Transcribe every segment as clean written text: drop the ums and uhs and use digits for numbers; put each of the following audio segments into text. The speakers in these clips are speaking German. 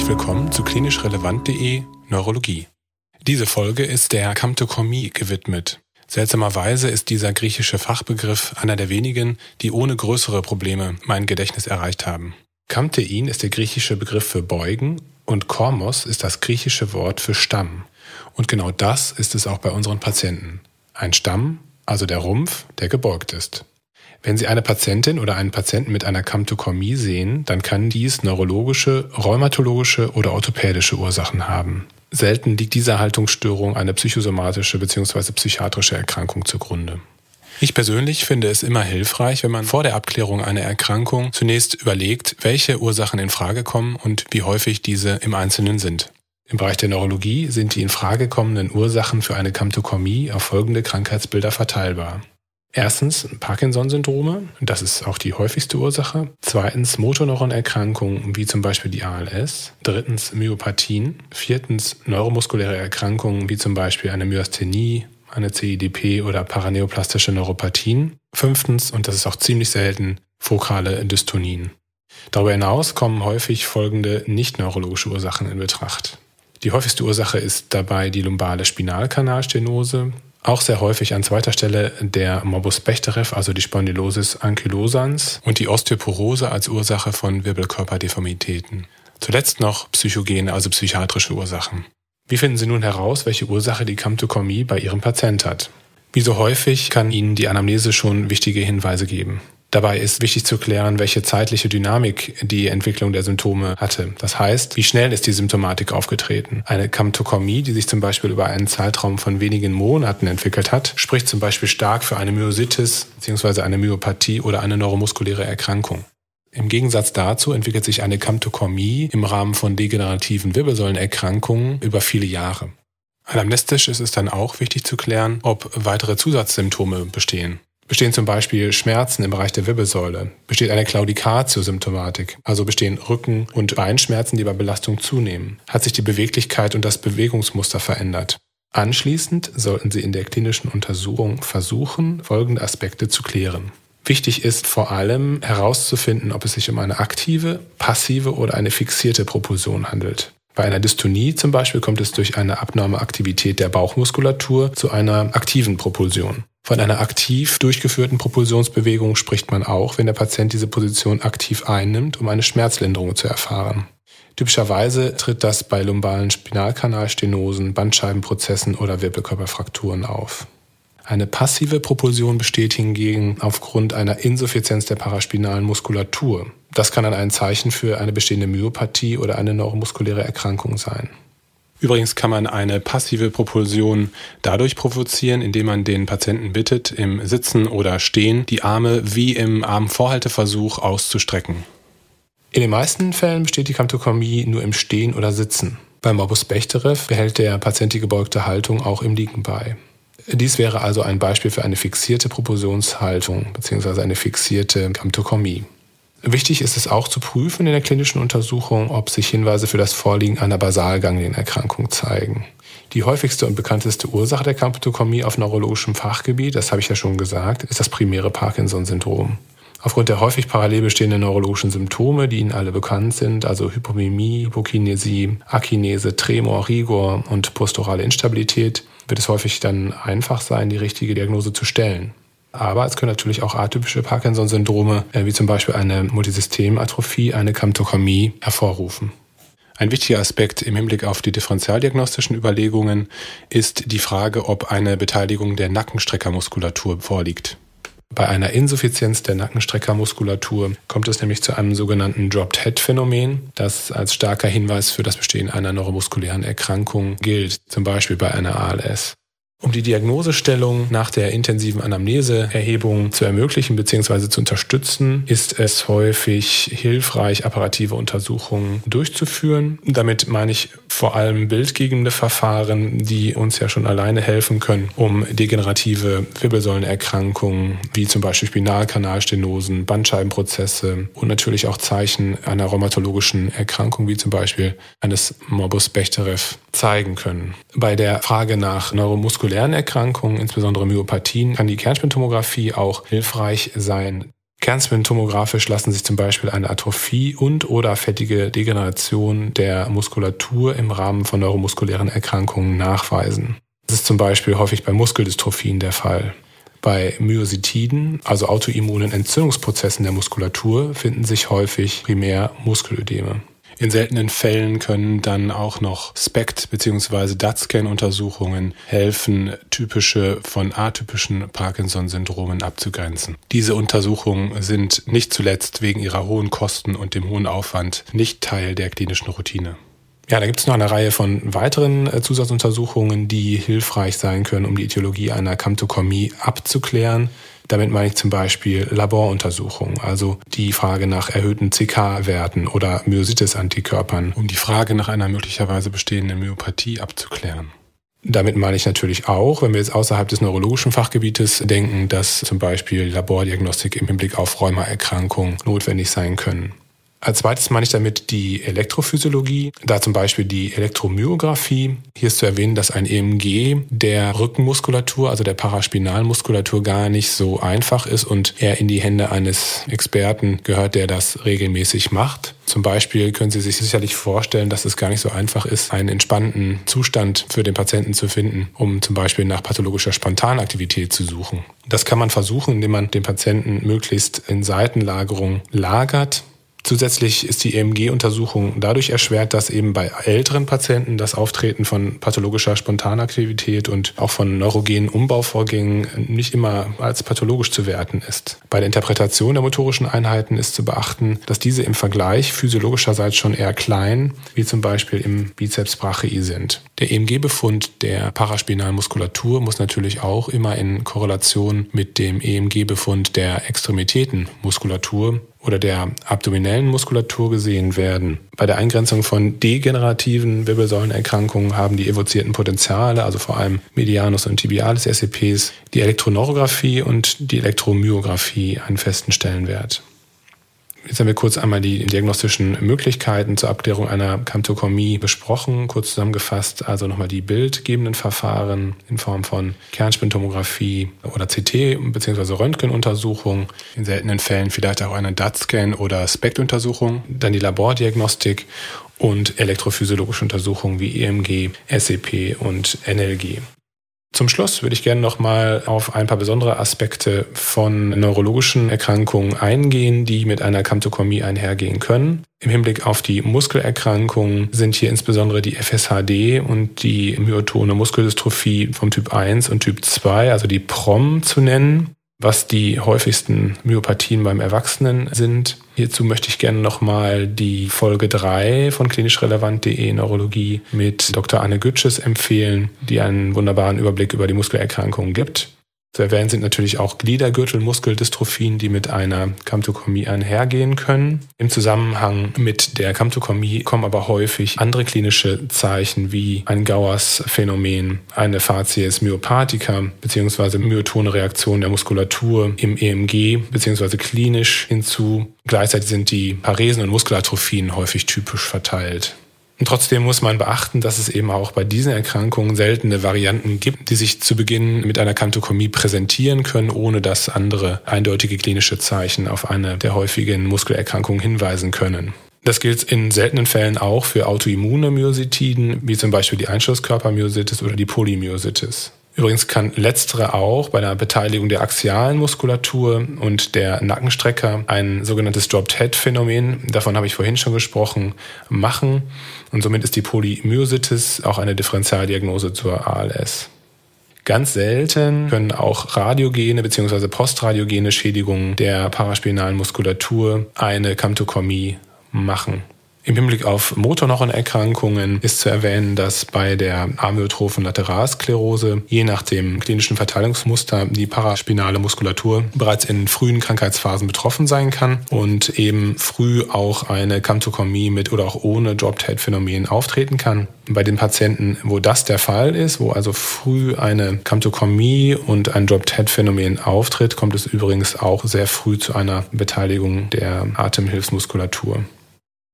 herzlich willkommen zu klinischrelevant.de Neurologie. Diese Folge ist der Kamptokomie gewidmet. Seltsamerweise ist dieser griechische Fachbegriff einer der wenigen, die ohne größere Probleme mein Gedächtnis erreicht haben. Kamptein ist der griechische Begriff für Beugen und Kormos ist das griechische Wort für Stamm. Und genau das ist es auch bei unseren Patienten. Ein Stamm, also der Rumpf, der gebeugt ist. Wenn Sie eine Patientin oder einen Patienten mit einer Kamptokomie sehen, dann kann dies neurologische, rheumatologische oder orthopädische Ursachen haben. Selten liegt dieser Haltungsstörung eine psychosomatische bzw. psychiatrische Erkrankung zugrunde. Ich persönlich finde es immer hilfreich, wenn man vor der Abklärung einer Erkrankung zunächst überlegt, welche Ursachen in Frage kommen und wie häufig diese im Einzelnen sind. Im Bereich der Neurologie sind die in Frage kommenden Ursachen für eine Kamptokomie auf folgende Krankheitsbilder verteilbar. Erstens Parkinson-Syndrome, das ist auch die häufigste Ursache. Zweitens Motoneuronerkrankungen wie zum Beispiel die ALS. Drittens Myopathien. Viertens neuromuskuläre Erkrankungen wie zum Beispiel eine Myasthenie, eine CIDP oder paraneoplastische Neuropathien. Fünftens, und das ist auch ziemlich selten, fokale Dystonien. Darüber hinaus kommen häufig folgende nicht-neurologische Ursachen in Betracht. Die häufigste Ursache ist dabei die lumbale Spinalkanalstenose. Auch sehr häufig an zweiter Stelle der Morbus Bechterew, also die Spondylosis ankylosans und die Osteoporose als Ursache von Wirbelkörperdeformitäten. Zuletzt noch psychogene, also psychiatrische Ursachen. Wie finden Sie nun heraus, welche Ursache die Kamptokomie bei Ihrem Patient hat? Wie so häufig kann Ihnen die Anamnese schon wichtige Hinweise geben. Dabei ist wichtig zu klären, welche zeitliche Dynamik die Entwicklung der Symptome hatte. Das heißt, wie schnell ist die Symptomatik aufgetreten? Eine Kamptokomie, die sich zum Beispiel über einen Zeitraum von wenigen Monaten entwickelt hat, spricht zum Beispiel stark für eine Myositis bzw. eine Myopathie oder eine neuromuskuläre Erkrankung. Im Gegensatz dazu entwickelt sich eine Kamptokomie im Rahmen von degenerativen Wirbelsäulenerkrankungen über viele Jahre. Anamnestisch ist es dann auch wichtig zu klären, ob weitere Zusatzsymptome bestehen. Bestehen zum Beispiel Schmerzen im Bereich der Wirbelsäule? Besteht eine Claudicatio-Symptomatik? Also bestehen Rücken- und Beinschmerzen, die bei Belastung zunehmen? Hat sich die Beweglichkeit und das Bewegungsmuster verändert? Anschließend sollten Sie in der klinischen Untersuchung versuchen, folgende Aspekte zu klären. Wichtig ist vor allem herauszufinden, ob es sich um eine aktive, passive oder eine fixierte Propulsion handelt. Bei einer Dystonie zum Beispiel kommt es durch eine abnorme Aktivität der Bauchmuskulatur zu einer aktiven Propulsion. Von einer aktiv durchgeführten Propulsionsbewegung spricht man auch, wenn der Patient diese Position aktiv einnimmt, um eine Schmerzlinderung zu erfahren. Typischerweise tritt das bei lumbalen Spinalkanalstenosen, Bandscheibenprozessen oder Wirbelkörperfrakturen auf. Eine passive Propulsion besteht hingegen aufgrund einer Insuffizienz der paraspinalen Muskulatur. Das kann dann ein Zeichen für eine bestehende Myopathie oder eine neuromuskuläre Erkrankung sein. Übrigens kann man eine passive Propulsion dadurch provozieren, indem man den Patienten bittet, im Sitzen oder Stehen die Arme wie im Armvorhalteversuch auszustrecken. In den meisten Fällen besteht die Kamptokomie nur im Stehen oder Sitzen. Beim Morbus Bechterew behält der Patient die gebeugte Haltung auch im Liegen bei. Dies wäre also ein Beispiel für eine fixierte Propulsionshaltung bzw. eine fixierte Kamptokomie. Wichtig ist es auch zu prüfen in der klinischen Untersuchung, ob sich Hinweise für das Vorliegen einer Basalganglienerkrankung zeigen. Die häufigste und bekannteste Ursache der Kamptokomie auf neurologischem Fachgebiet, das habe ich ja schon gesagt, ist das primäre Parkinson-Syndrom. Aufgrund der häufig parallel bestehenden neurologischen Symptome, die Ihnen alle bekannt sind, also Hypomimie, Hypokinesie, Akinese, Tremor, Rigor und posturale Instabilität, wird es häufig dann einfach sein, die richtige Diagnose zu stellen. Aber es können natürlich auch atypische Parkinson-Syndrome, wie zum Beispiel eine Multisystematrophie, eine Kamptokomie, hervorrufen. Ein wichtiger Aspekt im Hinblick auf die differentialdiagnostischen Überlegungen ist die Frage, ob eine Beteiligung der Nackenstreckermuskulatur vorliegt. Bei einer Insuffizienz der Nackenstreckermuskulatur kommt es nämlich zu einem sogenannten Dropped-Head-Phänomen, das als starker Hinweis für das Bestehen einer neuromuskulären Erkrankung gilt, zum Beispiel bei einer ALS. Um die Diagnosestellung nach der intensiven Anamneseerhebung zu ermöglichen bzw. zu unterstützen, ist es häufig hilfreich, apparative Untersuchungen durchzuführen. Damit meine ich vor allem bildgebende Verfahren, die uns ja schon alleine helfen können, um degenerative Wirbelsäulenerkrankungen wie zum Beispiel Spinalkanalstenosen, Bandscheibenprozesse und natürlich auch Zeichen einer rheumatologischen Erkrankung wie zum Beispiel eines Morbus Bechterew zeigen können. Bei der Frage nach neuromuskulären Erkrankungen, insbesondere Myopathien, kann die Kernspintomographie auch hilfreich sein. Kernspintomographisch lassen sich zum Beispiel eine Atrophie und/oder fettige Degeneration der Muskulatur im Rahmen von neuromuskulären Erkrankungen nachweisen. Das ist zum Beispiel häufig bei Muskeldystrophien der Fall. Bei Myositiden, also autoimmunen Entzündungsprozessen der Muskulatur, finden sich häufig primär Muskelödeme. In seltenen Fällen können dann auch noch SPECT- bzw. DAT-Scan-Untersuchungen helfen, typische von atypischen Parkinson-Syndromen abzugrenzen. Diese Untersuchungen sind nicht zuletzt wegen ihrer hohen Kosten und dem hohen Aufwand nicht Teil der klinischen Routine. Ja, da gibt es noch eine Reihe von weiteren Zusatzuntersuchungen, die hilfreich sein können, um die Etiologie einer Kamptokomie abzuklären. Damit meine ich zum Beispiel Laboruntersuchungen, also die Frage nach erhöhten CK-Werten oder Myositis-Antikörpern, um die Frage nach einer möglicherweise bestehenden Myopathie abzuklären. Damit meine ich natürlich auch, wenn wir jetzt außerhalb des neurologischen Fachgebietes denken, dass zum Beispiel Labordiagnostik im Hinblick auf Rheumaerkrankungen notwendig sein können. Als zweites meine ich damit die Elektrophysiologie, da zum Beispiel die Elektromyographie. Hier ist zu erwähnen, dass ein EMG der Rückenmuskulatur, also der Paraspinalmuskulatur, gar nicht so einfach ist und eher in die Hände eines Experten gehört, der das regelmäßig macht. Zum Beispiel können Sie sich sicherlich vorstellen, dass es gar nicht so einfach ist, einen entspannten Zustand für den Patienten zu finden, um zum Beispiel nach pathologischer Spontanaktivität zu suchen. Das kann man versuchen, indem man den Patienten möglichst in Seitenlagerung lagert. Zusätzlich ist die EMG-Untersuchung dadurch erschwert, dass eben bei älteren Patienten das Auftreten von pathologischer Spontanaktivität und auch von neurogenen Umbauvorgängen nicht immer als pathologisch zu werten ist. Bei der Interpretation der motorischen Einheiten ist zu beachten, dass diese im Vergleich physiologischerseits schon eher klein, wie zum Beispiel im Bizeps brachii sind. Der EMG-Befund der paraspinalen Muskulatur muss natürlich auch immer in Korrelation mit dem EMG-Befund der Extremitätenmuskulatur oder der abdominellen Muskulatur gesehen werden. Bei der Eingrenzung von degenerativen Wirbelsäulenerkrankungen haben die evozierten Potenziale, also vor allem Medianus und Tibialis SEPs, die Elektroneurographie und die Elektromyographie einen festen Stellenwert. Jetzt haben wir kurz einmal die diagnostischen Möglichkeiten zur Abklärung einer Kamptokomie besprochen. Kurz zusammengefasst, also nochmal die bildgebenden Verfahren in Form von Kernspintomographie oder CT bzw. Röntgenuntersuchung. In seltenen Fällen vielleicht auch eine DAT-Scan oder SPECT-Untersuchung. Dann die Labordiagnostik und elektrophysiologische Untersuchungen wie EMG, SEP und NLG. Zum Schluss würde ich gerne nochmal auf ein paar besondere Aspekte von neurologischen Erkrankungen eingehen, die mit einer Kamptokomie einhergehen können. Im Hinblick auf die Muskelerkrankungen sind hier insbesondere die FSHD und die myotone Muskeldystrophie vom Typ 1 und Typ 2, also die PROM, zu nennen, was die häufigsten Myopathien beim Erwachsenen sind. Hierzu möchte ich gerne nochmal die Folge 3 von klinischrelevant.de Neurologie mit Dr. Anne Gütsches empfehlen, die einen wunderbaren Überblick über die Muskelerkrankungen gibt. Zu erwähnen sind natürlich auch Gliedergürtelmuskeldystrophien, die mit einer Kamptokomie einhergehen können. Im Zusammenhang mit der Kamptokomie kommen aber häufig andere klinische Zeichen wie ein Gowers-Phänomen, eine Facies myopathica bzw. myotone Reaktion der Muskulatur im EMG bzw. klinisch hinzu. Gleichzeitig sind die Paresen und Muskelatrophien häufig typisch verteilt. Und trotzdem muss man beachten, dass es eben auch bei diesen Erkrankungen seltene Varianten gibt, die sich zu Beginn mit einer Kamptokomie präsentieren können, ohne dass andere eindeutige klinische Zeichen auf eine der häufigen Muskelerkrankungen hinweisen können. Das gilt in seltenen Fällen auch für autoimmune Myositiden, wie zum Beispiel die Einschlusskörpermyositis oder die Polymyositis. Übrigens kann letztere auch bei einer Beteiligung der axialen Muskulatur und der Nackenstrecker ein sogenanntes Dropped-Head-Phänomen, davon habe ich vorhin schon gesprochen, machen. Und somit ist die Polymyositis auch eine Differentialdiagnose zur ALS. Ganz selten können auch radiogene bzw. postradiogene Schädigungen der paraspinalen Muskulatur eine Kamptokomie machen. Im Hinblick auf Motorknochenerkrankungen ist zu erwähnen, dass bei der amyotrophen Lateralsklerose je nach dem klinischen Verteilungsmuster die paraspinale Muskulatur bereits in frühen Krankheitsphasen betroffen sein kann und eben früh auch eine Kamptokomie mit oder auch ohne Dropped-Head-Phänomen auftreten kann. Bei den Patienten, wo das der Fall ist, wo also früh eine Kamptokomie und ein Dropped-Head-Phänomen auftritt, kommt es übrigens auch sehr früh zu einer Beteiligung der Atemhilfsmuskulatur.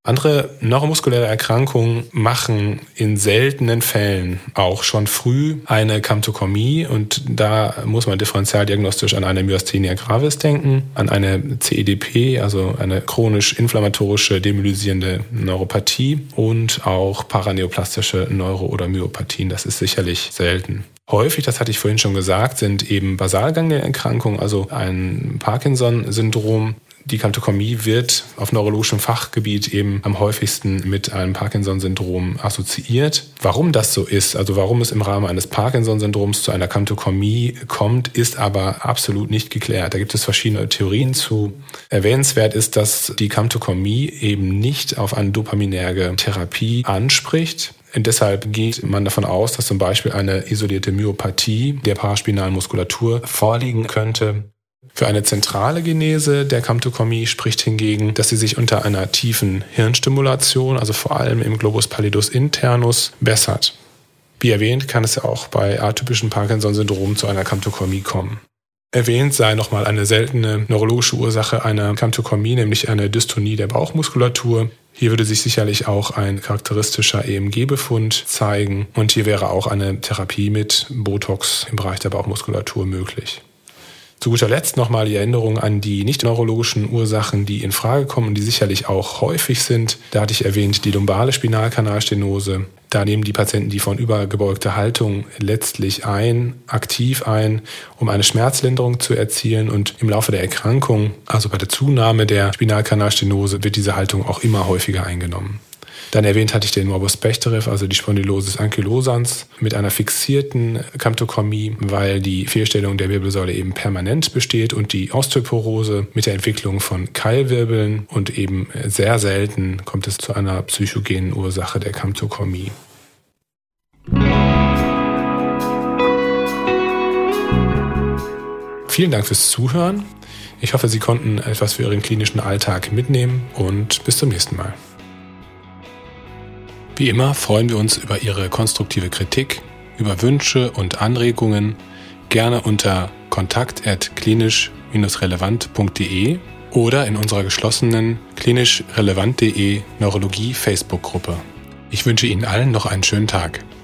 Andere neuromuskuläre Erkrankungen machen in seltenen Fällen auch schon früh eine Kamptokomie und da muss man differentialdiagnostisch an eine Myasthenia gravis denken, an eine CEDP, also eine chronisch-inflammatorische demyelisierende Neuropathie und auch paraneoplastische Neuro- oder Myopathien. Das ist sicherlich selten. Häufig, das hatte ich vorhin schon gesagt, sind eben Basalganglienerkrankungen, also ein Parkinson-Syndrom. Die Kamptokomie wird auf neurologischem Fachgebiet eben am häufigsten mit einem Parkinson-Syndrom assoziiert. Warum das so ist, also warum es im Rahmen eines Parkinson-Syndroms zu einer Kamptokomie kommt, ist aber absolut nicht geklärt. Da gibt es verschiedene Theorien zu. Erwähnenswert ist, dass die Kamptokomie eben nicht auf eine dopaminerge Therapie anspricht. Und deshalb geht man davon aus, dass zum Beispiel eine isolierte Myopathie der paraspinalen Muskulatur vorliegen könnte. Für eine zentrale Genese der Kamptokomie spricht hingegen, dass sie sich unter einer tiefen Hirnstimulation, also vor allem im Globus pallidus internus, bessert. Wie erwähnt, kann es ja auch bei atypischen Parkinson-Syndromen zu einer Kamptokomie kommen. Erwähnt sei nochmal eine seltene neurologische Ursache einer Kamptokomie, nämlich eine Dystonie der Bauchmuskulatur. Hier würde sich sicherlich auch ein charakteristischer EMG-Befund zeigen und hier wäre auch eine Therapie mit Botox im Bereich der Bauchmuskulatur möglich. Zu guter Letzt nochmal die Erinnerung an die nicht-neurologischen Ursachen, die in Frage kommen und die sicherlich auch häufig sind. Da hatte ich erwähnt, die lumbale Spinalkanalstenose. Da nehmen die Patienten die von übergebeugter Haltung letztlich aktiv ein, um eine Schmerzlinderung zu erzielen. Und im Laufe der Erkrankung, also bei der Zunahme der Spinalkanalstenose, wird diese Haltung auch immer häufiger eingenommen. Dann erwähnt hatte ich den Morbus Bechterew, also die Spondylosis ankylosans, mit einer fixierten Kamptokomie, weil die Fehlstellung der Wirbelsäule eben permanent besteht und die Osteoporose mit der Entwicklung von Keilwirbeln und eben sehr selten kommt es zu einer psychogenen Ursache der Kamptokomie. Vielen Dank fürs Zuhören. Ich hoffe, Sie konnten etwas für Ihren klinischen Alltag mitnehmen und bis zum nächsten Mal. Wie immer freuen wir uns über Ihre konstruktive Kritik, über Wünsche und Anregungen, gerne unter kontakt@klinisch-relevant.de oder in unserer geschlossenen klinisch-relevant.de Neurologie Facebook-Gruppe. Ich wünsche Ihnen allen noch einen schönen Tag.